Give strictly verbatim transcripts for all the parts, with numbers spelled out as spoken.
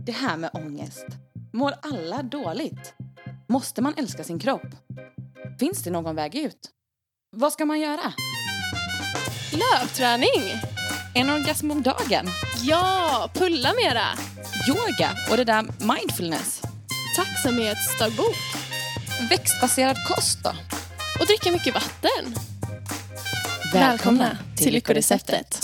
Det här med ångest. Mår alla dåligt? Måste man älska sin kropp? Finns det någon väg ut? Vad ska man göra? Lövträning. En orgasm om dagen. Ja, pulla mera. Yoga och det där mindfulness. Tacksamhetsdagbok. Växtbaserad kost då? Och dricka mycket vatten. Välkomna till Lyckoreceptet.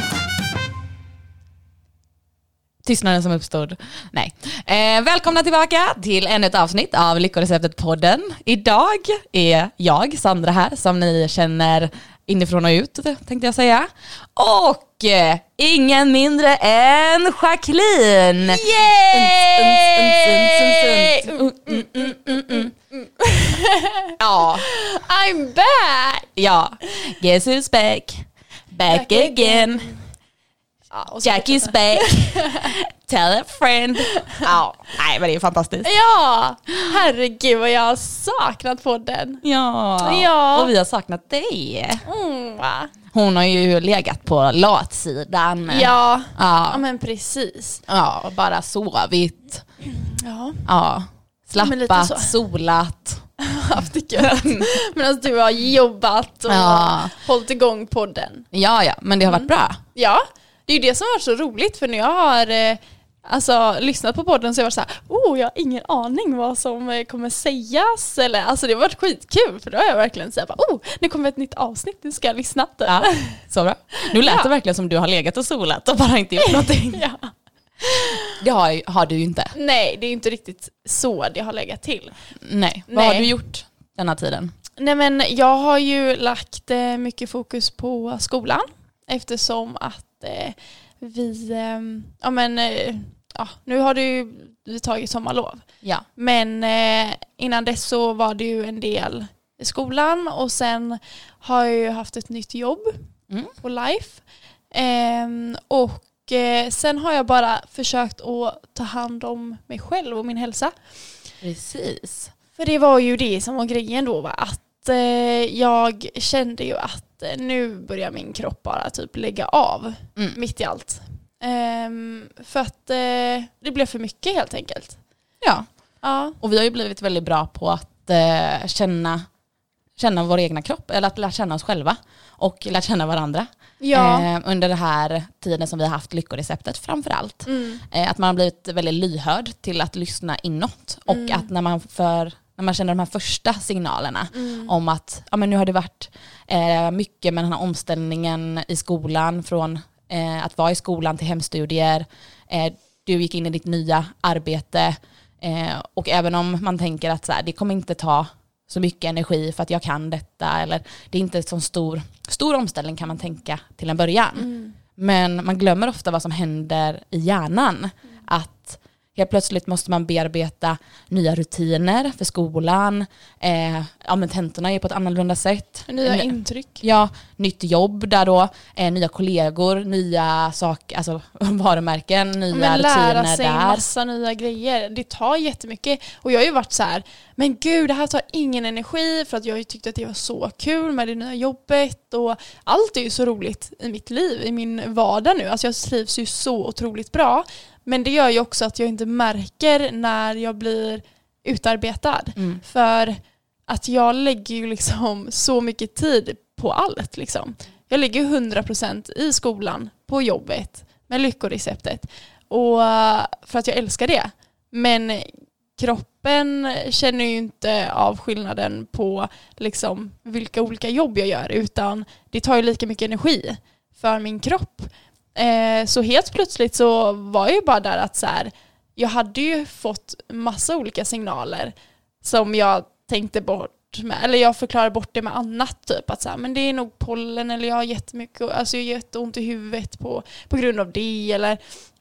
Tystnaden som uppstod. Nej. Eh, välkomna tillbaka till ännu ett avsnitt av Lyckoreceptet-podden. Idag är jag, Sandra, här, som ni känner inifrån och ut, tänkte jag säga. Och eh, ingen mindre än Jacqueline! Yay! Ja. I'm back! Ja. Guess who's back? Back, Back again. again. Ja, och så Jackie's back. Tell a friend. Ja, nej men det är fantastiskt. Ja, herregud vad jag har saknat podden. Ja, Ja. Och vi har saknat dig. Mm, va? Hon har ju legat på latsidan. Ja. ja, Ja, men precis. ja bara sovit. Ja, Ja, Men lite så. slappat, solat. haft det gött. Medan du har jobbat och Ja. hållit igång podden. Ja, ja, men det har varit bra. Ja, det är ju det som har varit så roligt, för när jag har eh, alltså, lyssnat på podden så har jag varit så här, oh, jag har ingen aning vad som eh, kommer sägas. Eller, alltså, det har varit skitkul, för då har jag verkligen sagt, oh, nu kommer ett nytt avsnitt, nu ska jag lyssna. Ja, så bra. Nu lät Ja. det verkligen som du har legat och solat och bara inte gjort någonting. Ja. Det har, har du ju inte. Nej, det är inte riktigt så det har legat till. Nej, vad Nej. har du gjort denna tiden? Nej, men jag har ju lagt eh, mycket fokus på skolan, eftersom att eh, vi, eh, ja men, eh, ja, nu har det ju vi tagit sommarlov. Ja. Men eh, innan dess så var det ju en del i skolan, och sen har jag ju haft ett nytt jobb Mm. på Life. Eh, och eh, sen har jag bara försökt att ta hand om mig själv och min hälsa. Precis. För det var ju det som var grejen då, va? Att eh, jag kände ju att eh, nu börjar min kropp bara typ lägga av Mm. mitt i allt. Ehm, för att eh, det blev för mycket helt enkelt. Ja, Ja, och vi har ju blivit väldigt bra på att eh, känna, känna vår egna kropp, eller att lära känna oss själva och lära känna varandra. ja. Eh, under den här tiden som vi har haft Lyckoreceptet framför allt. Mm. Eh, att man har blivit väldigt lyhörd till att lyssna inåt. Och Mm. att när man, för, när man känner de här första signalerna Mm. om att ja, men nu har det varit eh, mycket med den här omställningen i skolan, från eh, att vara i skolan till hemstudier. Eh, du gick in i ditt nya arbete. Eh, och även om man tänker att så här, det kommer inte ta så mycket energi för att jag kan detta, eller det är inte en sån stor, stor omställning kan man tänka till en början. Mm. Men man glömmer ofta vad som händer i hjärnan. Mm. Att helt plötsligt måste man bearbeta nya rutiner för skolan. Eh, ja, men tentorna är på ett annorlunda sätt. Nya N- intryck. Ja, nytt jobb där då. Eh, nya kollegor, nya saker, alltså varumärken, nya Men lära rutiner sig där. massa nya grejer. Det tar jättemycket. Och jag har ju varit så här, men gud, det här tar ingen energi, för att jag har ju tyckt att det var så kul med det nya jobbet, och allt är ju så roligt i mitt liv, i min vardag nu. Alltså jag trivs ju så otroligt bra. Men det gör ju också att jag inte märker när jag blir utarbetad. Mm. För att jag lägger ju liksom så mycket tid på allt. Liksom. Jag lägger hundra procent i skolan, på jobbet, med Lyckoreceptet. Och för att jag älskar det. Men kroppen känner ju inte av skillnaden på liksom vilka olika jobb jag gör. Utan det tar ju lika mycket energi för min kropp. Eh, så helt plötsligt så var jag ju bara där att så här, jag hade ju fått massa olika signaler som jag tänkte bort med, eller jag förklarar bort det med annat, typ att så här, men det är nog pollen, eller jag har jättemycket, alltså jag har jätteont i huvudet på, på grund av det, eller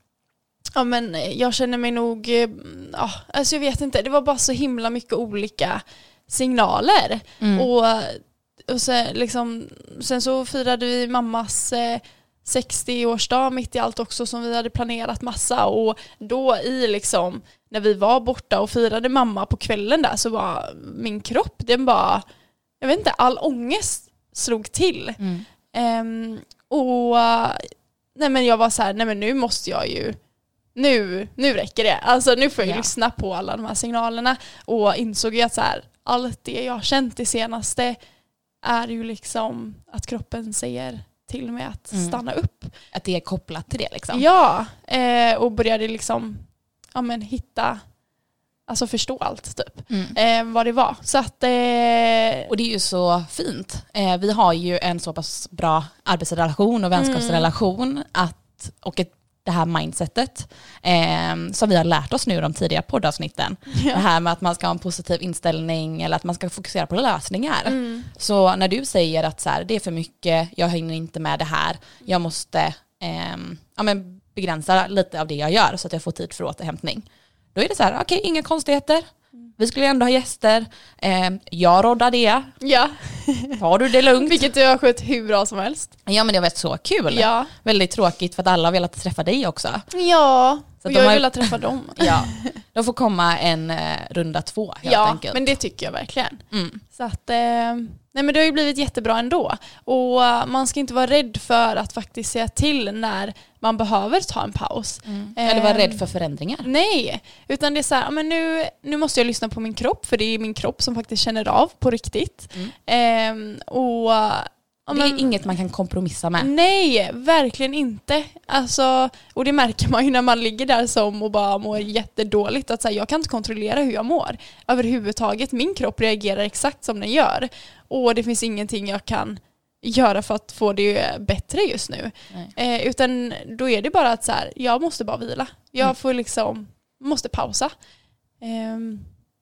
ja, men jag känner mig nog, ja, alltså jag vet inte, det var bara så himla mycket olika signaler. Mm. och, och så, liksom, sen så firade vi mammas eh, sextio-årsdag mitt i allt också, som vi hade planerat massa, och då i liksom när vi var borta och firade mamma på kvällen där, så var min kropp, den bara, jag vet inte, all ångest slog till. Mm. Um, och nej, men jag var så här, nej men nu måste jag ju nu, nu räcker det. Alltså nu får jag Ja. lyssna på alla de här signalerna och insåg ju att så här, allt det jag har känt det senaste är ju liksom att kroppen säger till mig att Mm. stanna upp. Att det är kopplat till det liksom. Ja, eh, och började liksom ja, men hitta, alltså förstå allt typ. Mm. Eh, vad det var. Så att... Eh, Och det är ju så fint. Eh, vi har ju en så pass bra arbetsrelation och vänskapsrelation att, och ett, det här mindsetet eh, som vi har lärt oss nu de tidiga poddavsnitten. ja. Det här med att man ska ha en positiv inställning eller att man ska fokusera på lösningar. Mm. Så när du säger att så här, det är för mycket, jag hinner inte med det här, jag måste eh, ja, men begränsa lite av det jag gör så att jag får tid för återhämtning. Då är det så här, okej, okay, inga konstigheter. Vi skulle ändå ha gäster. Eh, jag roddar det. Ja. Har du det lugnt? Vilket du har skött hur bra som helst. Ja, men det har varit så kul. Ja. Väldigt tråkigt för att alla har velat träffa dig också. Ja, Så och de jag har- vill träffa dem. Ja, de får komma en eh, runda två helt Ja, enkelt. men det tycker jag verkligen. Mm. Så att, eh, nej men det har ju blivit jättebra ändå. Och eh, man ska inte vara rädd för att faktiskt säga till när man behöver ta en paus. Mm. Eller vara Ehm, rädd för förändringar. Nej, utan det är så här, ja, men nu, nu måste jag lyssna på min kropp för det är min kropp som faktiskt känner av på riktigt. Mm. Ehm, och, ja, Det är men- inget man kan kompromissa med. Nej, verkligen inte. Alltså, och det märker man ju när man ligger där som och bara mår jättedåligt. Att så här, jag kan inte kontrollera hur jag mår överhuvudtaget. Min kropp reagerar exakt som den gör. Och det finns ingenting jag kan göra för att få det bättre just nu. Eh, utan då är det bara att så här, jag måste bara vila. Jag Mm. får liksom, måste pausa. Ehm,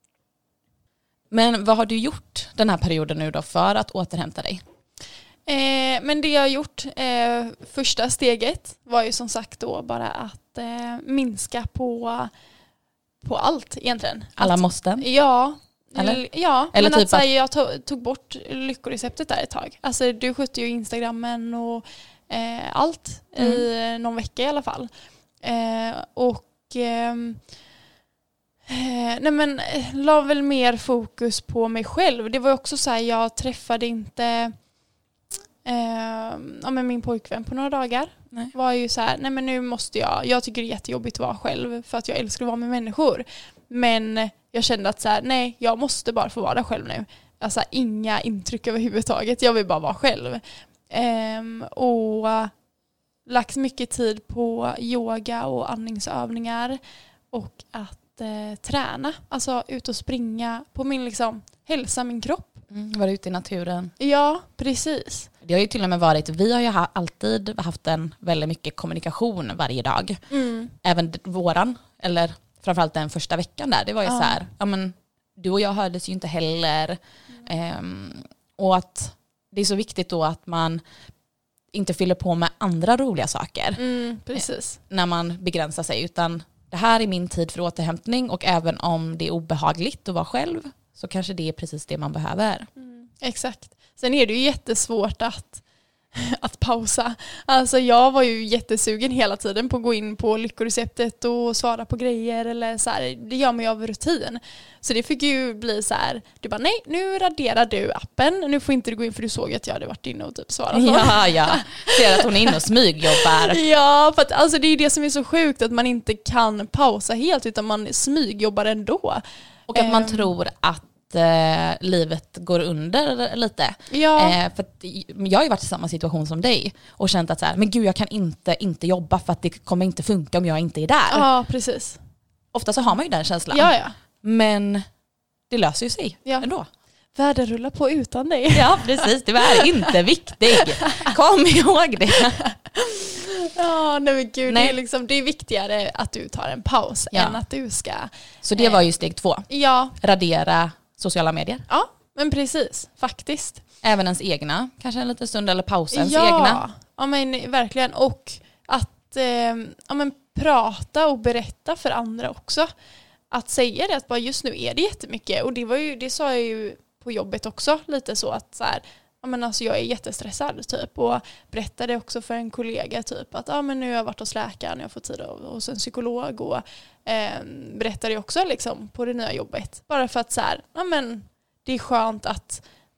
Men vad har du gjort den här perioden nu då för att återhämta dig? Eh, men det jag har gjort, eh, första steget var ju som sagt då bara att eh, minska på, på allt egentligen. Alla att, måsten? Ja. Eller? Eller? Ja, Eller men typ att, så här, att- jag tog, tog bort lyckoreceptet där ett tag. Alltså du skötte ju Instagrammen och eh, allt Mm. i någon vecka i alla fall. Eh, och ehm, eh, nej men eh, la väl mer fokus på mig själv. Det var ju också så här, jag träffade inte eh, ja, men min pojkvän på några dagar. Nej. Var ju så här, nej men nu måste jag, jag tycker det är jättejobbigt att vara själv för att jag älskar att vara med människor. Men jag kände att så här, nej, jag måste bara få vara där själv nu. Alltså inga intryck överhuvudtaget, jag vill bara vara själv. Ehm, och uh, lagt mycket tid på yoga och andningsövningar och att eh, träna, alltså ut och springa på min liksom hälsa, min kropp. Mm. Vara ute i naturen. Ja, precis. Det har ju till och med varit, vi har ju ha, alltid haft en väldigt mycket kommunikation varje dag. Mm. Även d- våran, eller framförallt den första veckan där, det var ju Ja. så här, ja men du och jag hördes ju inte heller. Ehm, och att det är så viktigt då att man inte fyller på med andra roliga saker Mm, precis. när man begränsar sig, utan det här är min tid för återhämtning och även om det är obehagligt att vara själv så kanske det är precis det man behöver. Mm, exakt. Sen är det ju jättesvårt att, att pausa. Alltså jag var ju jättesugen hela tiden på att gå in på lyckoreceptet och svara på grejer eller så här. Det gör man ju av rutin. Så det fick ju bli så här, du bara nej, nu raderar du appen. Nu får inte du gå in för du såg att jag hade varit inne och typ svarat. Ja, ja. Ser att hon är inne och smygjobbar. Ja, för att alltså det är ju det som är så sjukt att man inte kan pausa helt utan man smygjobbar ändå. Och att man Ehm. tror att eh, livet går under lite. Ja. Eh, för att jag har ju varit i samma situation som dig och känt att så här, men gud jag kan inte, inte jobba för att det kommer inte funka om jag inte är där. Ja, precis. Ofta så har man ju den känslan. Ja, ja. Men det löser ju sig Ja. ändå. Världen rullar på utan dig. Ja, precis. Du är inte viktig. Kom ihåg det. Ja, nej men gud, Nej. Det, är liksom, det är viktigare att du tar en paus Ja. än att du ska... Så det var ju steg två. Ja, Radera sociala medier. ja, men precis, faktiskt. Även ens egna, kanske en liten stund, eller pausens ja, egna. Ja, men verkligen. Och att eh, ja, men prata och berätta för andra också. Att säga det, att bara just nu är det jättemycket. Och det, var ju, det sa jag ju på jobbet också, lite så att så här, ja, men alltså jag är jättestressad typ, och berättade också för en kollega typ att ja, men nu har jag varit hos läkaren, jag har fått tid hos en psykolog, och eh, berättade också liksom på det nya jobbet, bara för att så här, ja, men det är skönt att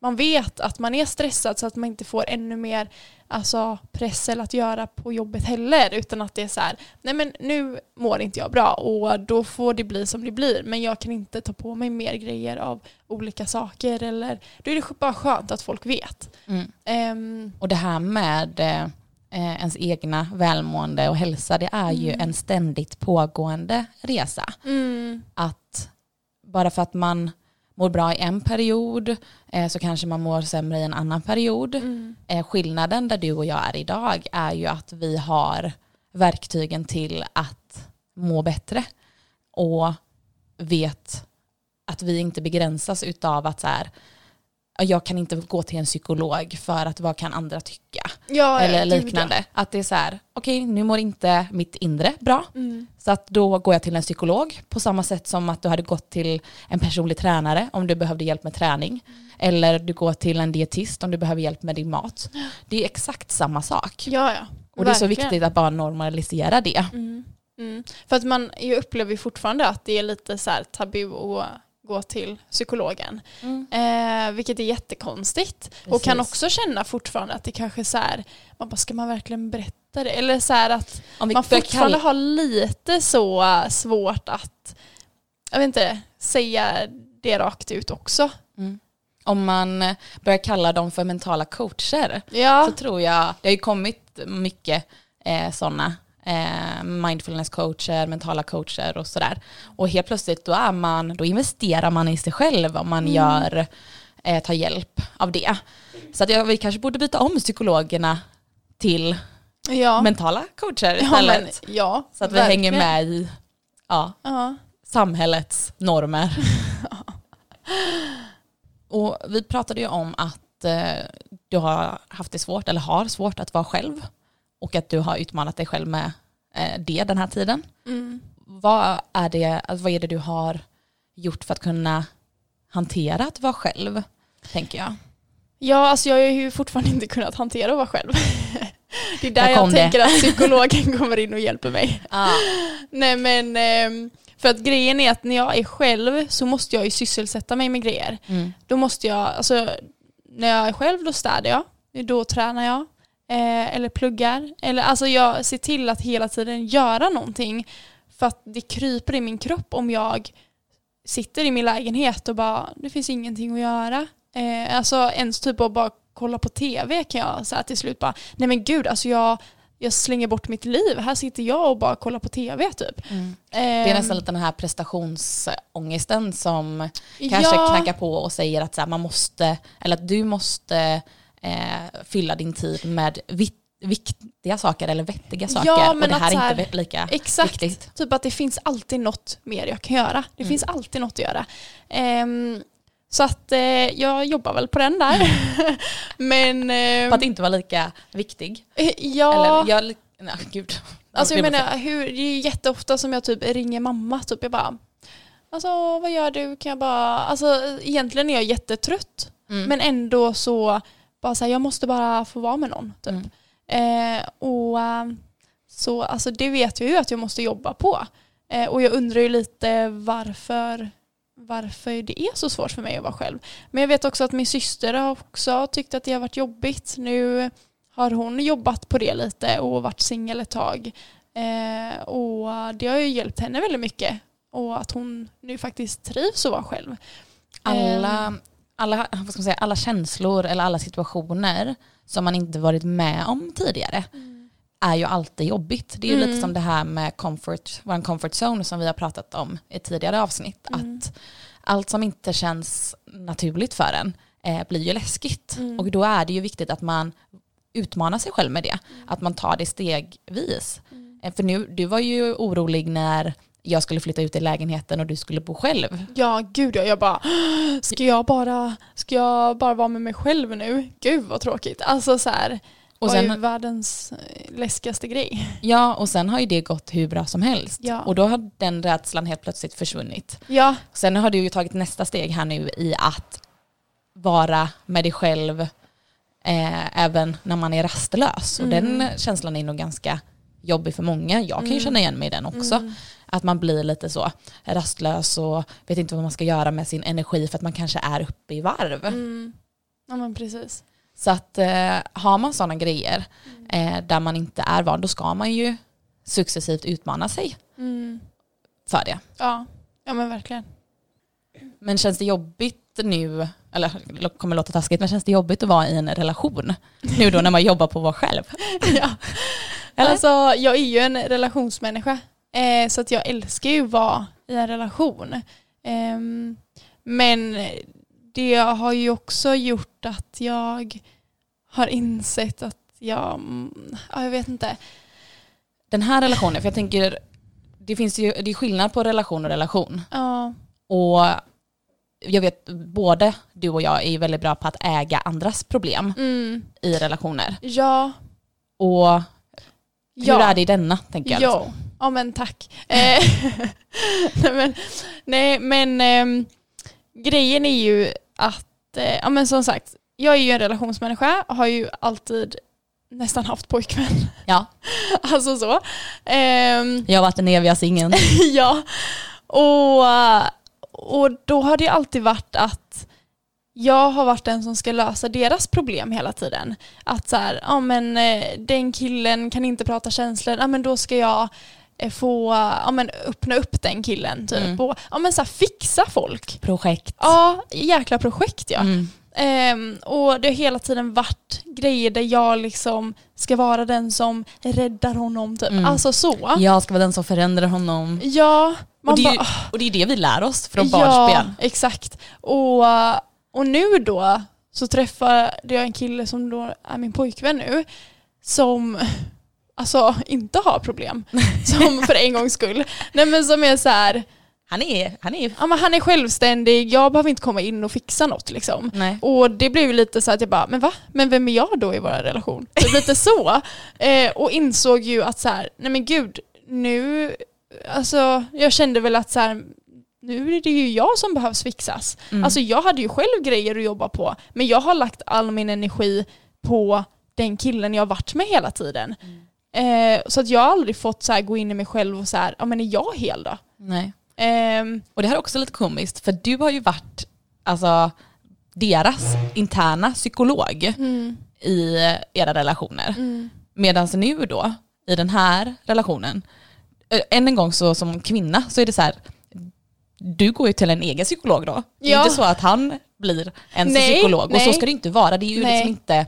man vet att man är stressad så att man inte får ännu mer alltså, press eller att göra på jobbet heller. Utan att det är så här, nej men nu mår inte jag bra och då får det bli som det blir. Men jag kan inte ta på mig mer grejer av olika saker. Eller, då är det bara skönt att folk vet. Mm. Um, och det här med eh, ens egna välmående och hälsa, det är ju Mm. en ständigt pågående resa. mm, Att bara för att man mår bra i en period eh, så kanske man mår sämre i en annan period. mm, Eh, skillnaden där du och jag är idag är ju att vi har verktygen till att må bättre och vet att vi inte begränsas utav att så här, jag kan inte gå till en psykolog för att vad kan andra tycka ja, eller gud, liknande. Att det är så här, okej, nu mår inte mitt inre bra. Mm. Så att då går jag till en psykolog på samma sätt som att du hade gått till en personlig tränare om du behövde hjälp med träning. Mm. Eller du går till en dietist om du behöver hjälp med din mat. Det är exakt samma sak. Ja, ja. Och det är så Verkligen. viktigt att bara normalisera det. Mm. Mm. För att man jag upplever ju fortfarande att det är lite så här tabu att gå till psykologen. Mm. Eh, vilket är jättekonstigt. Precis. Och kan också känna fortfarande att det kanske så här, man bara, ska man verkligen berätta det? Eller så här att Om vi man börjar fortfarande kalla- har lite så svårt att, jag vet inte, säga det rakt ut också. Mm. Om man börjar kalla dem för mentala coacher Ja. så tror jag, det har ju kommit mycket eh, sådana eh, mindfulness coacher, mentala coacher och sådär. Och helt plötsligt då är man, då investerar man i sig själv om man Mm. gör, eh, tar hjälp av det. Så att jag, vi kanske borde byta om psykologerna till Ja. mentala coacher Ja, istället. men, ja, så att vi verkligen. hänger med i ja, Ja. samhällets normer. Och vi pratade ju om att eh, du har haft det svårt eller har svårt att vara själv och att du har utmanat dig själv med eh, det den här tiden. Mm. Vad är det, alltså, vad är det du har gjort för att kunna hantera att vara själv, tänker jag? Ja, alltså jag har ju fortfarande inte kunnat hantera att vara själv. Det är där, Där jag kom det. tänker att psykologen kommer in och hjälper mig. Ah. Nej men, ehm, för att grejen är att när jag är själv så måste jag ju sysselsätta mig med grejer. Mm. Då måste jag, alltså när jag är själv då städar jag, då tränar jag eh, eller pluggar. Eller, alltså jag ser till att hela tiden göra någonting för att det kryper i min kropp om jag sitter i min lägenhet och bara, det finns ingenting att göra. Eh, alltså ens typ att bara kolla på tv kan jag så här till slut bara, nej men gud, alltså jag, jag slänger bort mitt liv. Här sitter jag och bara kollar på tv typ. Mm. Eh, Det är nästan lite den här prestationsångesten som kanske ja, knackar på och säger att så här, man måste, eller att du måste eh, fylla din tid med vitt, viktiga saker eller vettiga saker. Ja, och men det här att så är här, inte lika exakt, viktigt. typ att det finns alltid något mer jag kan göra. Det Mm. finns alltid något att göra. Ehm, så att eh, jag jobbar väl på den där. Men ehm, För att inte vara lika viktig. eh, ja, Eller, jag, nej, gud. alltså jag Det var menar, hur, det är jätteofta som jag typ ringer mamma. Typ jag bara, alltså vad gör du? Kan jag bara, alltså egentligen är jag jättetrött. Mm. Men ändå så, bara så här, jag måste bara få vara med någon. Typ. Mm. Eh, och um, så alltså det vet jag ju att jag måste jobba på. Eh, och jag undrar ju lite varför varför det är så svårt för mig att vara själv. Men jag vet också att min syster har också tyckt att det har varit jobbigt. Nu har hon jobbat på det lite och varit singel ett tag. Eh, och det har ju hjälpt henne väldigt mycket. Och att hon nu faktiskt trivs att vara själv. alla, alla, vad ska man säga, alla känslor eller alla situationer som man inte varit med om tidigare Mm. är ju alltid jobbigt. Det är ju Mm. lite som det här med comfort, vår comfort zone som vi har pratat om i tidigare avsnitt. Mm. Att allt som inte känns naturligt för en eh, blir ju läskigt. Mm. Och då är det ju viktigt att man utmanar sig själv med det. Att man tar det stegvis. Mm. Eh, för nu, du var ju orolig när jag skulle flytta ut i lägenheten och du skulle bo själv. Ja, gud ja, jag bara, ska jag bara, ska jag bara vara med mig själv nu? Gud vad tråkigt. Alltså så här, Och var ju sen, världens eh, läskigaste grej. ja, och sen har ju det gått hur bra som helst. Ja. Och då har den rädslan helt plötsligt försvunnit. Ja, Sen har du ju tagit nästa steg här nu i att vara med dig själv eh, även när man är rastlös. Och Mm. den känslan är nog ganska jobbig för många. Jag kan ju Mm. känna igen mig i den också. Mm. Att man blir lite så rastlös och vet inte vad man ska göra med sin energi för att man kanske är uppe i varv. Mm. Ja, men precis. Så att eh, har man sådana grejer mm. eh, där man inte är van, då ska man ju successivt utmana sig mm. för det. Ja. ja, men verkligen. Men känns det jobbigt nu, eller kommer låta taskigt, men känns det jobbigt att vara i en relation nu då när man jobbar på att vara själv? Ja. Eller? Alltså, jag är ju en relationsmänniska, eh, så att jag älskar ju att vara i en relation. Eh, men det har ju också gjort att jag har insett att jag, ja, jag vet inte. Den här relationen, för jag tänker, det finns ju, det är skillnad på relation och relation. Ja. Och jag vet, både du och jag är väldigt bra på att äga andras problem mm. i relationer. Ja. Och hur ja. är det i denna, tänker jag? Ja, liksom. ja men tack. nej, men, nej, men eh, grejen är ju att, eh, ja men som sagt, jag är ju en relationsmänniska och har ju alltid nästan haft pojkvän. Ja. Alltså så. Eh, jag har varit en eviga singeln. ja. Och, och då har det alltid varit att jag har varit den som ska lösa deras problem hela tiden. Att så här, ja men den killen kan inte prata känslor, ja men då ska jag få, ja men öppna upp den killen typ. Mm. Och ja men så här, fixa folk. Projekt. Ja, jäkla projekt ja. Mm. Um, och det har hela tiden varit grejer där jag liksom ska vara den som räddar honom typ. Mm. Alltså så. Jag ska vara den som förändrar honom. Ja. Man och, det är ju, ba- och det är det vi lär oss från ja, barnsben. Ja, exakt. Och, och nu då så träffade jag en kille som då är min pojkvän nu, som alltså inte har problem. Som för en gångs skull. Nej men som är så här. Han är, han är... Ja, men han är självständig, jag behöver inte komma in och fixa något liksom. Nej. Och det blev ju lite så att jag bara, men va? Men vem är jag då i vår relation? Det blev lite så. Eh, och insåg ju att så här, nej men gud, nu, alltså jag kände väl att så här, nu är det ju jag som behövs fixas. Mm. Alltså jag hade ju själv grejer att jobba på, men jag har lagt all min energi på den killen jag har varit med hela tiden. Mm. Eh, så att jag har aldrig fått så här, gå in i mig själv och så här, ja men är jag hel då? Nej. Um, och det här är också lite komiskt, för du har ju varit alltså, deras interna psykolog mm. i era relationer. Mm. Medan nu då, i den här relationen, än en gång så som kvinna så är det så här, du går ju till en egen psykolog då. Det är ja. inte så att han blir en nej, psykolog. Nej. Och så ska det inte vara. Det är ju nej. liksom inte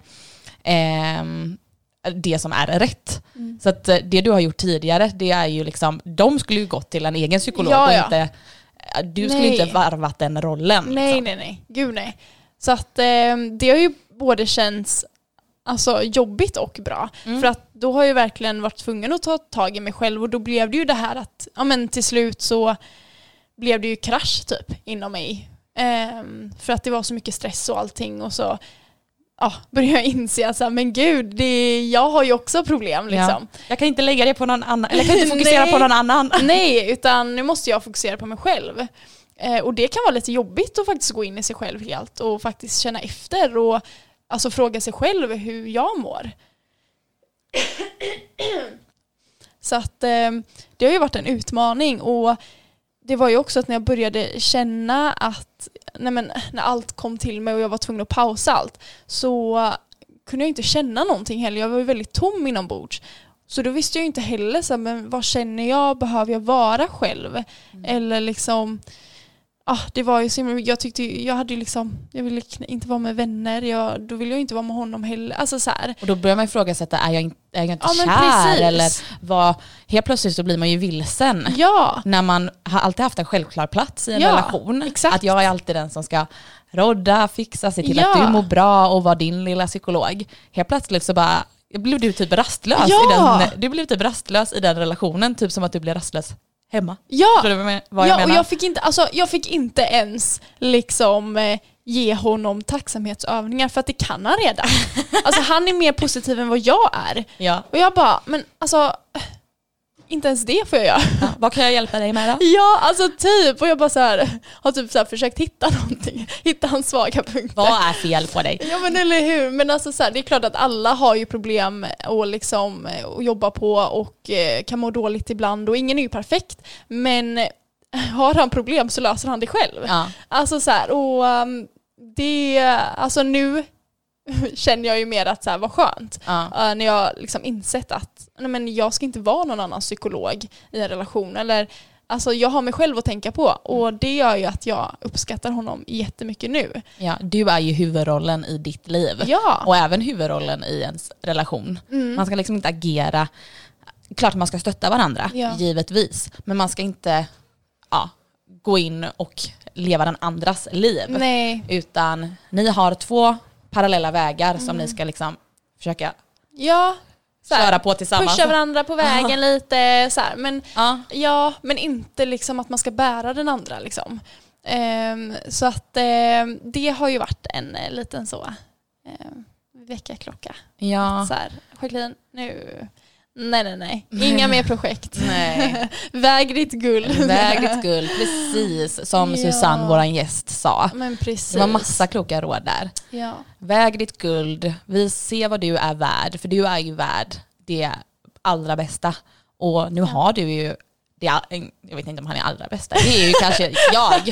eh, det som är rätt. Mm. Så att det du har gjort tidigare, det är ju liksom, de skulle ju gått till en egen psykolog ja, ja. och inte, du skulle nej. inte varvat den rollen. Nej, liksom. nej, nej. Gud nej. Så att eh, det har ju både känts alltså, jobbigt och bra. Mm. För att då har jag verkligen varit tvungen att ta tag i mig själv, och då blev det ju det här att, ja men till slut så blev det ju krasch typ inom mig. Eh, för att det var så mycket stress och allting, och så ja, började jag inse att men gud, det, jag har ju också problem liksom. Ja. Jag kan inte lägga det på någon annan, eller jag kan inte fokusera på någon annan. Nej, utan nu måste jag fokusera på mig själv. Eh, och det kan vara lite jobbigt att faktiskt gå in i sig själv helt och faktiskt känna efter och alltså fråga sig själv hur jag mår. Så att eh, det har ju varit en utmaning, och det var ju också att när jag började känna att nej men, när allt kom till mig och jag var tvungen att pausa allt, så kunde jag inte känna någonting heller. Jag var ju väldigt tom inombords. Så då visste jag inte heller så här, men vad känner jag? Behöver jag vara själv? Mm. Eller liksom ah, det var ju så, jag tyckte jag hade ju liksom, jag ville inte vara med vänner, jag, då ville jag inte vara med honom heller, alltså så här. Och då börjar man ifrågasätta, är jag inte, är jag inte ja, kär eller vad, helt plötsligt så blir man ju vilsen. Ja. När man har alltid haft en självklar plats i en ja, relation. Exakt. Att jag är alltid den som ska rodda, fixa, se till ja. att du mår bra och vara din lilla psykolog. Helt plötsligt så bara blev du typ rastlös ja. i den, du blev typ rastlös i den relationen, typ som att du blev rastlös hemma. Ja, vad jag vad jag ja och jag fick, inte, alltså, jag fick inte ens liksom eh, ge honom tacksamhetsövningar, för att det kan han redan. Alltså han är mer positiv än vad jag är. Ja. Och jag bara, men alltså inte ens det får jag göra. Ja, vad kan jag hjälpa dig med då? Ja, alltså typ. Och jag bara så här, har typ så här försökt hitta någonting. Hitta hans svaga punkter. Vad är fel på dig? Ja, men eller hur. Men alltså så här, det är klart att alla har ju problem att liksom att jobba på och eh, kan må dåligt ibland. Och ingen är ju perfekt. Men har han problem så löser han det själv. Ja. Alltså så här, och um, det, alltså nu känner jag ju mer att så här, vad skönt. Ja. Uh, när jag liksom insett att nej, men jag ska inte vara någon annan psykolog i en relation. Eller, alltså, jag har mig själv att tänka på. Och det gör ju att jag uppskattar honom jättemycket nu. Ja, du är ju huvudrollen i ditt liv. Ja. Och även huvudrollen i ens relation. Mm. Man ska liksom inte agera... Klart man ska stötta varandra, Ja. givetvis. Men man ska inte ja, gå in och leva den andras liv. Nej. Utan ni har två parallella vägar Mm. som ni ska liksom försöka Ja. Så här, köra på tillsammans. pusha varandra på vägen lite. Så här. Men, Ja. ja, men inte liksom att man ska bära den andra. Liksom. Um, så att um, det har ju varit en uh, liten så um, väckarklocka. Ja. Så här, Jacqueline, nu... Nej, nej, nej. Inga mer projekt. Nej. Väg ditt guld. Väg ditt guld, precis som Ja. Susanne, våran gäst, sa. Men precis. Det var massa kloka råd där. Ja. Väg ditt guld, vi ser vad du är värd, för du är ju värd det allra bästa. Och nu Ja. har du ju, det, jag vet inte om han är allra bästa, det är ju kanske jag.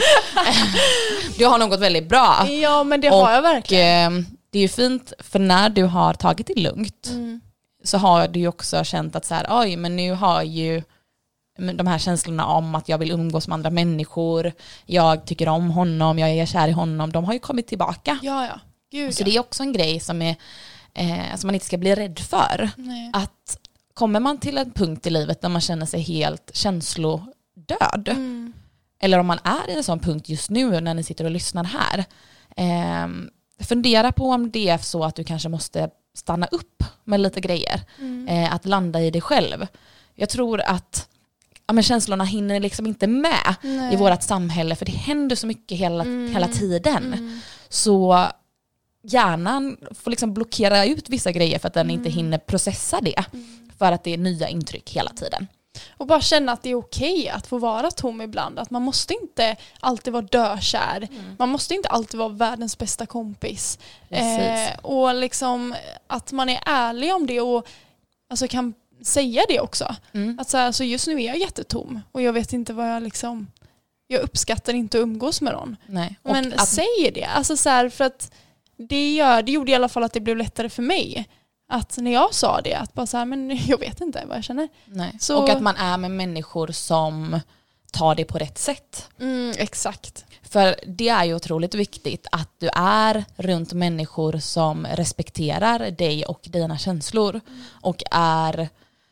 Du har nog gått väldigt bra. ja, men det Och, har jag verkligen. eh, det är ju fint, för när du har tagit det lugnt Mm. så har du ju också känt att så här, oj, men nu har ju de här känslorna om att jag vill umgås med andra människor, jag tycker om honom, jag är kär i honom, de har ju kommit tillbaka. Ja, ja. Gud, Så ja. det är också en grej som, är, eh, som man inte ska bli rädd för. Nej. Att kommer man till en punkt i livet där man känner sig helt känslodöd, Mm. eller om man är i en sån punkt just nu när ni sitter och lyssnar här, eh, fundera på om det är så att du kanske måste stanna upp med lite grejer. Mm. Eh, att landa i dig själv. Jag tror att ja, men känslorna hinner liksom inte med Nej. i vårt samhälle, för det händer så mycket hela, Mm. hela tiden. Mm. Så hjärnan får liksom blockera ut vissa grejer för att den Mm. inte hinner processa det. Mm. För att det är nya intryck hela tiden. Och bara känna att det är okej att få vara tom ibland. Att man måste inte alltid vara dökär. Mm. Man måste inte alltid vara världens bästa kompis. Precis. Eh, och liksom att man är ärlig om det och alltså kan säga det också. Mm. Att så här, alltså just nu är jag jättetom och jag vet inte vad jag liksom... Jag uppskattar inte att umgås med någon. Nej. Och Men att, säg det. Alltså så här, för att det, gör, det gjorde i alla fall att det blev lättare för mig. Att när jag sa det, att bara så här, men jag vet inte vad jag känner. nej. Så- Och att man är med människor som tar det på rätt sätt. Mm, exakt. För det är ju otroligt viktigt att du är runt människor som respekterar dig och dina känslor. Och är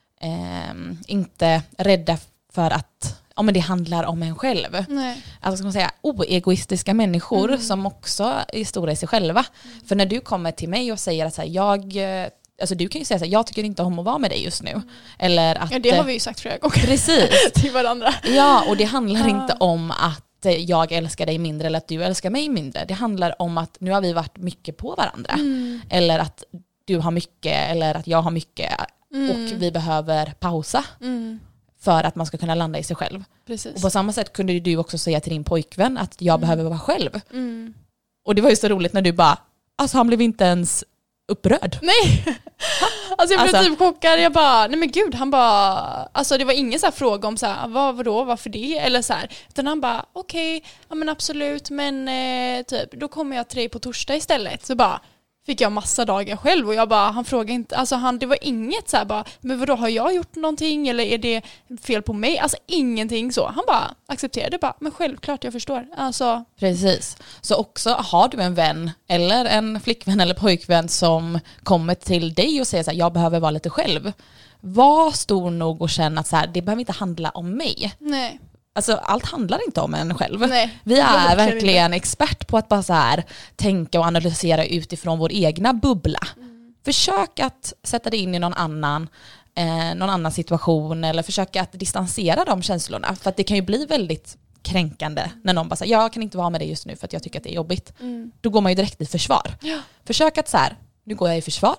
eh, inte rädda för att ja, men det handlar om en själv. Nej. Alltså ska man säga oegoistiska människor Mm. som också är stora i sig själva. Mm. För när du kommer till mig och säger att så här, jag, eh, alltså du kan ju säga så här, jag tycker inte om att vara med dig just nu. Mm. Eller att, Ja, det har vi ju sagt flera gånger precis. till varandra. Ja, och det handlar Ja. inte om att eh, jag älskar dig mindre eller att du älskar mig mindre. Det handlar om att nu har vi varit mycket på varandra. Mm. Eller att du har mycket eller att jag har mycket Mm. och vi behöver pausa Mm. för att man ska kunna landa i sig själv. Precis. Och på samma sätt kunde ju du också säga till din pojkvän att jag Mm. behöver vara själv. Mm. Och det var ju så roligt när du bara, alltså han blev inte ens upprörd. Nej, alltså jag blev Alltså- typ chockad. Jag bara, nej men gud, han bara, alltså det var ingen så här fråga om så här, vad, vadå, varför det? Eller så här, utan han bara, okej, ja men absolut, men eh, typ, då kommer jag till dig på torsdag istället. Så bara, fick jag massa dagar själv och jag bara, han frågade inte, alltså han, det var inget så här bara, men vadå, har jag gjort någonting eller är det fel på mig? Alltså ingenting så. Han bara accepterade bara, men självklart jag förstår. Alltså, Precis. Så också har du en vän eller en flickvän eller pojkvän som kommer till dig och säger så här, jag behöver vara lite själv. Var stor nog och känna att så här, det behöver inte handla om mig. nej. Alltså allt handlar inte om en själv. Nej, Vi är verkligen verkligen expert på att bara så här tänka och analysera utifrån vår egna bubbla. Mm. Försök att sätta dig in i någon annan, eh, någon annan situation eller försöka att distansera de känslorna. För att det kan ju bli väldigt kränkande när någon bara säger jag kan inte vara med dig just nu för att jag tycker att det är jobbigt. Mm. Då går man ju direkt i försvar. Ja. Försök att så här, nu går jag i försvar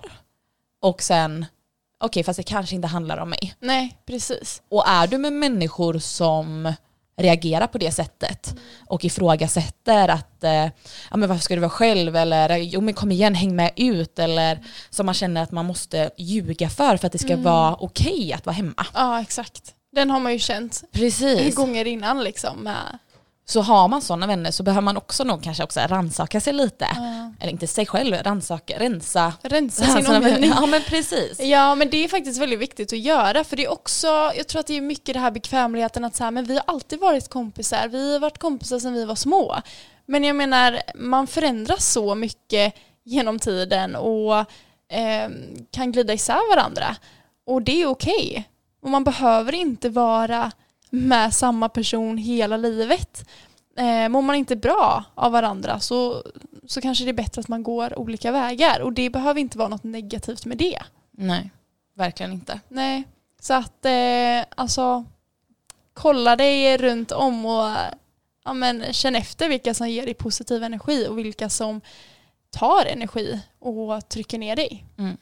och sen, okej okay, fast det kanske inte handlar om mig. Nej, precis. Och är du med människor som reagerar på det sättet Mm. och ifrågasätter att eh, ja, men varför ska du vara själv eller jo men kom igen häng med ut eller Mm. som man känner att man måste ljuga för för att det ska Mm. vara okej att vara hemma. Ja, exakt. Den har man ju känt Precis. gånger innan liksom med så har man sådana vänner så behöver man också nog kanske också rannsaka sig lite. Ja. Eller inte sig själv, rannsaka, rensa. Rensa sin omgivning. Ja, men precis. Ja, men det är faktiskt väldigt viktigt att göra. För det är också, jag tror att det är mycket det här bekvämligheten att så här, men vi har alltid varit kompisar. Vi har varit kompisar sedan vi var små. Men jag menar, man förändras så mycket genom tiden och eh, kan glida isär varandra. Och det är okej. Och man behöver inte vara med samma person hela livet. Eh, mår man inte bra av varandra så, så kanske det är bättre att man går olika vägar. Och det behöver inte vara något negativt med det. Nej, verkligen inte. Nej, så att eh, alltså kolla dig runt om och ja, men, känn efter vilka som ger dig positiv energi och vilka som tar energi och trycker ner dig. Mm.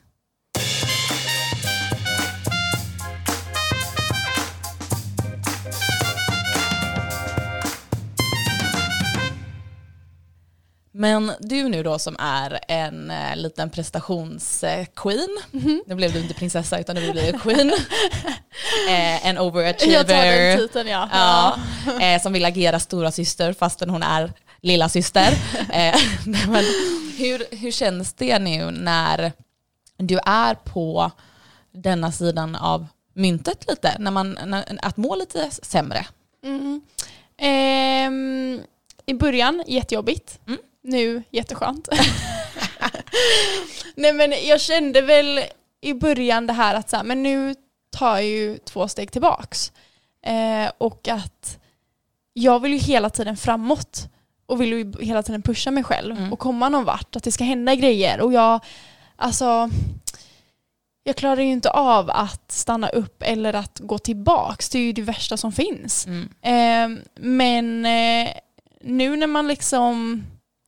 Men du nu då som är en eh, liten prestationsqueen, mm-hmm. Nu blev du inte prinsessa utan du blev queen, eh, en overachiever. Jag tar den titeln, ja. Ja, eh, som vill agera stora syster fastän hon är lilla syster. eh, men hur, hur känns det nu när du är på denna sidan av myntet lite, när man, när, att må lite sämre? Mm. Eh, I början jättejobbigt. Mm. Nu jätteskönt. Nej, men jag kände väl i början det här att så här, men nu tar jag ju två steg tillbaks. Eh, och att jag vill ju hela tiden framåt och vill ju hela tiden pusha mig själv mm. och komma någon vart, att det ska hända grejer. Och jag, alltså, jag klarar ju inte av att stanna upp eller att gå tillbaks. Det är ju det värsta som finns. Mm. Eh, men eh, nu när man liksom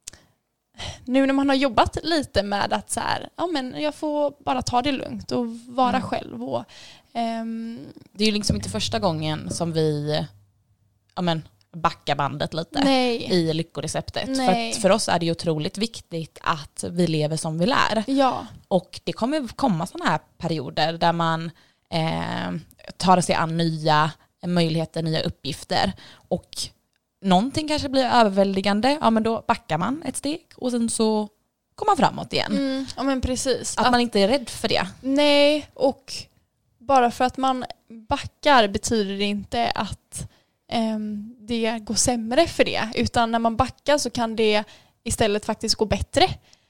nu när man har jobbat lite med att så här, ja, men jag får bara ta det lugnt och vara mm. själv. Och, um... det är ju liksom inte första gången som vi ja, men, backar bandet lite Nej. i lyckoreceptet. För, att för oss är det ju otroligt viktigt att vi lever som vi lär. Ja. Och det kommer komma sådana här perioder där man eh, tar sig an nya möjligheter, nya uppgifter. Och någonting kanske blir överväldigande, ja men då backar man ett steg och sen så kommer man framåt igen. Mm, ja men precis. Att, att man inte är rädd för det. Nej, och bara för att man backar betyder det inte att um, det går sämre för det. Utan när man backar så kan det istället faktiskt gå bättre.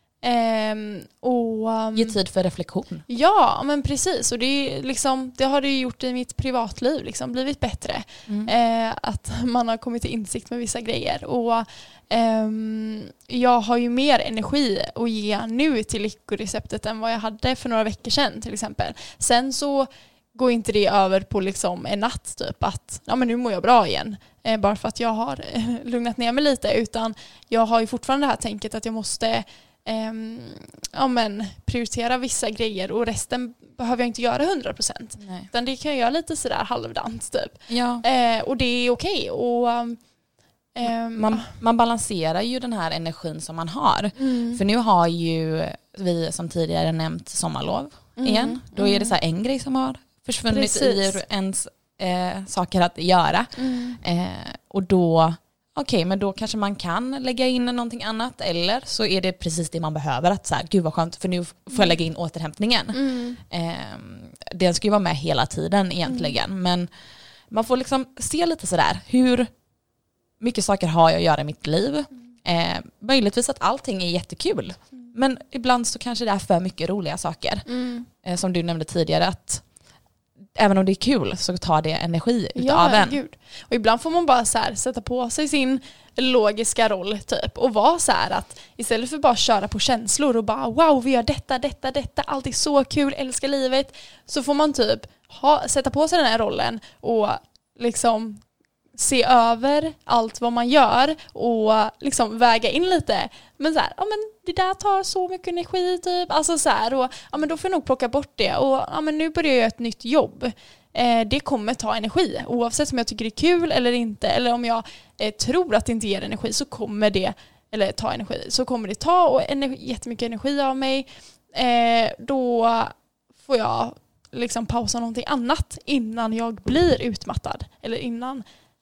Um, och, um, Ge tid för reflektion. Ja, men precis. Och det, är liksom, det har det ju gjort i mitt privatliv. Liksom, blivit bättre. Mm. Eh, att man har kommit till insikt med vissa grejer. Och um, jag har ju mer energi att ge nu till lyckoreceptet än vad jag hade för några veckor sedan till exempel. Sen så går inte det över på liksom en natt typ att ja, men nu mår jag bra igen. Eh, bara för att jag har eh, lugnat ner mig lite. Utan jag har ju fortfarande det här tänket att jag måste Um, ja, men, prioritera vissa grejer och resten behöver jag inte göra hundra procent. Utan det kan jag göra lite sådär halvdant typ. Ja. Uh, och det är okej. Och um, man, man balanserar ju den här energin som man har. Mm. För nu har ju vi som tidigare nämnt sommarlov mm. igen. Då är det så här en grej som har försvunnit Precis. i ens eh, saker att göra. Mm. Eh, och då Okej, okay, men då kanske man kan lägga in någonting annat eller så är det precis det man behöver. Att så här, gud vad skönt för nu får jag lägga in återhämtningen. Mm. Eh, den ska ju vara med hela tiden egentligen. Mm. Men man får liksom se lite sådär, hur mycket saker har jag att göra i mitt liv. Eh, möjligtvis att allting är jättekul. Mm. Men ibland så kanske det är för mycket roliga saker. Mm. Eh, som du nämnde tidigare att även om det är kul så tar det energi utav ja, en. Gud. Och ibland får man bara så här, sätta på sig sin logiska roll typ och vara så här att istället för bara köra på känslor och bara wow vi gör detta, detta, detta, allt är så kul, älskar livet, så får man typ ha, sätta på sig den här rollen och liksom se över allt vad man gör och liksom väga in lite. Men så här, ja men det där tar så mycket energi typ. Alltså så här, och ja men då får jag nog plocka bort det. Och ja men nu börjar jag ett nytt jobb. Eh, det kommer ta energi. Oavsett om jag tycker det är kul eller inte. Eller om jag eh, tror att det inte ger energi så kommer det, eller ta energi, så kommer det ta och energi, jättemycket energi av mig. Eh, då får jag liksom pausa någonting annat innan jag blir utmattad. Eller innan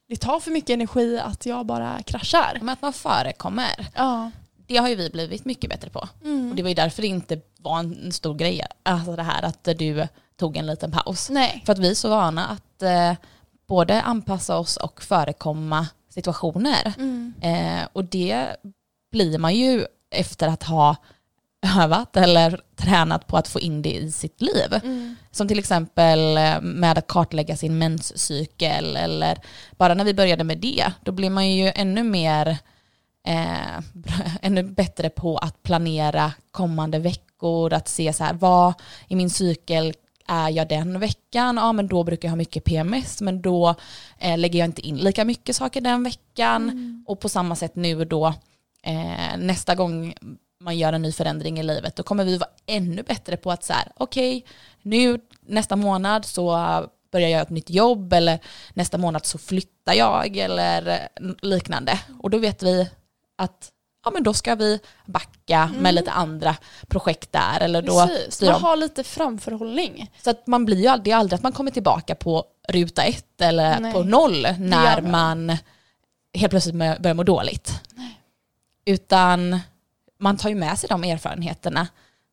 det tar för mycket energi att jag bara kraschar. Men att man förekommer. Ja. Det har ju vi blivit mycket bättre på. Mm. Och det var ju därför det inte var en stor grej. Alltså det här att du tog en liten paus. Nej. För att vi är så vana att eh, både anpassa oss och förekomma situationer. Mm. Eh, och det blir man ju efter att ha övat eller tränat på att få in det i sitt liv. Mm. Som till exempel med att kartlägga sin menscykel, eller bara när vi började med det, då blir man ju ännu mer eh, ännu bättre på att planera kommande veckor, att se så här, vad i min cykel är jag den veckan? Ja, men då brukar jag ha mycket P M S, men då eh, lägger jag inte in lika mycket saker den veckan. Mm. Och på samma sätt nu då, eh, nästa gång man gör en ny förändring i livet, då kommer vi vara ännu bättre på att så här, okej, okay, nu nästa månad så börjar jag ett nytt jobb, eller nästa månad så flyttar jag eller liknande. Och då vet vi att ja, men då ska vi backa mm. med lite andra projekt där. Eller då Precis, man har lite framförhållning. Så att man blir ju aldrig, aldrig att man kommer tillbaka på ruta ett eller Nej. på noll när man helt plötsligt börjar må dåligt. Nej. Utan man tar ju med sig de erfarenheterna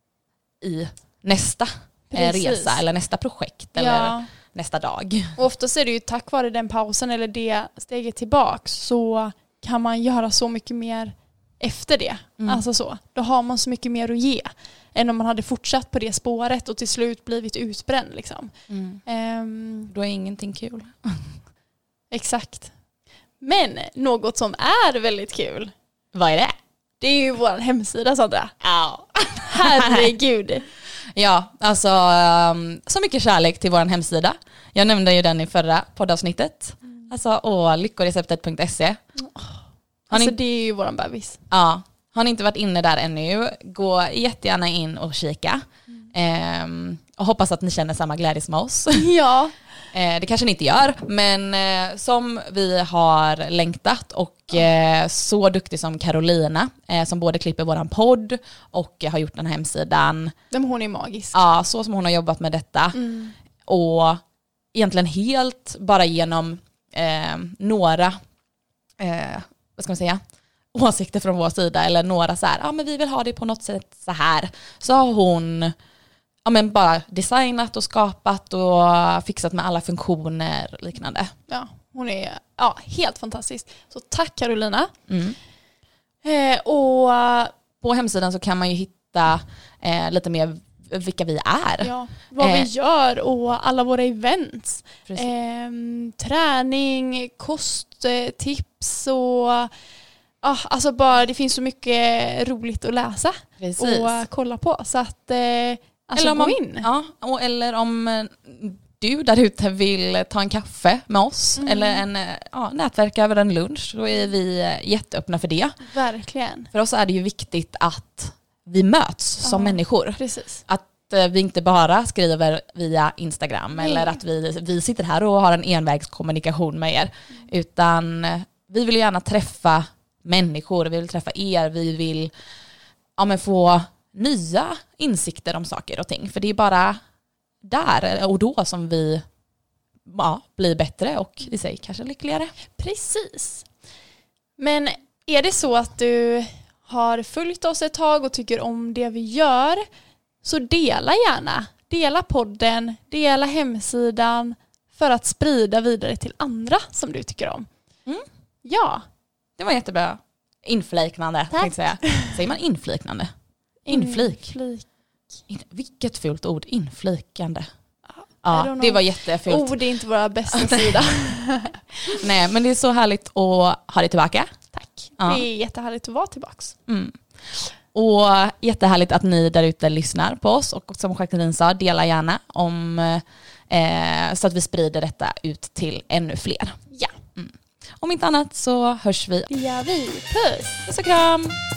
i nästa Precis. resa eller nästa projekt ja. eller nästa dag. Och oftast är det ju tack vare den pausen eller det steget tillbaks så kan man göra så mycket mer efter det. Mm. Alltså så. Då har man så mycket mer att ge än om man hade fortsatt på det spåret och till slut blivit utbränd. Liksom. Mm. Um, Då är ingenting kul. Exakt. Men något som är väldigt kul. Vad är det? Det är ju vår hemsida, Sandra. Ja. Herregud. Ja, alltså um, så mycket kärlek till vår hemsida. Jag nämnde ju den i förra poddavsnittet. Mm. Alltså, åh, lyckoreceptet punkt se. Alltså ni, det är ju våran bebis. Ja, har ni inte varit inne där ännu, gå jättegärna in och kika. Mm. Ehm, och hoppas att ni känner samma glädje som oss. Ja. ehm, det kanske ni inte gör, men eh, som vi har längtat och eh, så duktig som Carolina, eh, som både klipper våran podd och eh, har gjort den här hemsidan. Men hon är magisk. Ja, så som hon har jobbat med detta. Mm. Och egentligen helt bara genom eh, några eh, vad ska man säga, åsikter från vår sida eller några så här, ja men vi vill ha det på något sätt så här. Så har hon ja men bara designat och skapat och fixat med alla funktioner och liknande. Ja, hon är ja, helt fantastisk. Så tack Carolina. Mm. Eh, och på hemsidan så kan man ju hitta eh, lite mer vilka vi är. Ja, vad eh, vi gör och alla våra events. Eh, träning, kosttips och ah, alltså bara det finns så mycket roligt att läsa. Precis. Och kolla på. Så att eh, alltså eller om gå man, in. Ja, och eller om du där ute vill ta en kaffe med oss mm. eller en ja, nätverk över en lunch, då är vi jätteöppna för det. Verkligen. För oss är det ju viktigt att vi möts ja, som människor. Precis. Att vi inte bara skriver via Instagram Nej. eller att vi, vi sitter här och har en envägskommunikation med er. Mm. Utan vi vill gärna träffa människor, vi vill träffa er, vi vill ja, men få nya insikter om saker och ting. För det är bara där och då som vi ja, blir bättre och i sig kanske lyckligare. Precis. Men är det så att du har följt oss ett tag och tycker om det vi gör, så dela gärna. Dela podden, dela hemsidan för att sprida vidare till andra som du tycker om. Mm. Ja. Det var jättebra. Infliknande, tänkte säga. Säger man infliknande? Inflik. Inflik. In, vilket fult ord, inflikande. Ja, det var jättefult. Ord är inte våra bästa sida. Nej, men det är så härligt att ha dig tillbaka. Tack. Ja. Det är jättehärligt att vara tillbaka. Mm. Och jättehärligt att ni där ute lyssnar på oss. Och som Jacqueline sa, dela gärna om, eh, så att vi sprider detta ut till ännu fler. Ja. Mm. Om inte annat så hörs vi. Det gör vi. Puss. Puss och kram.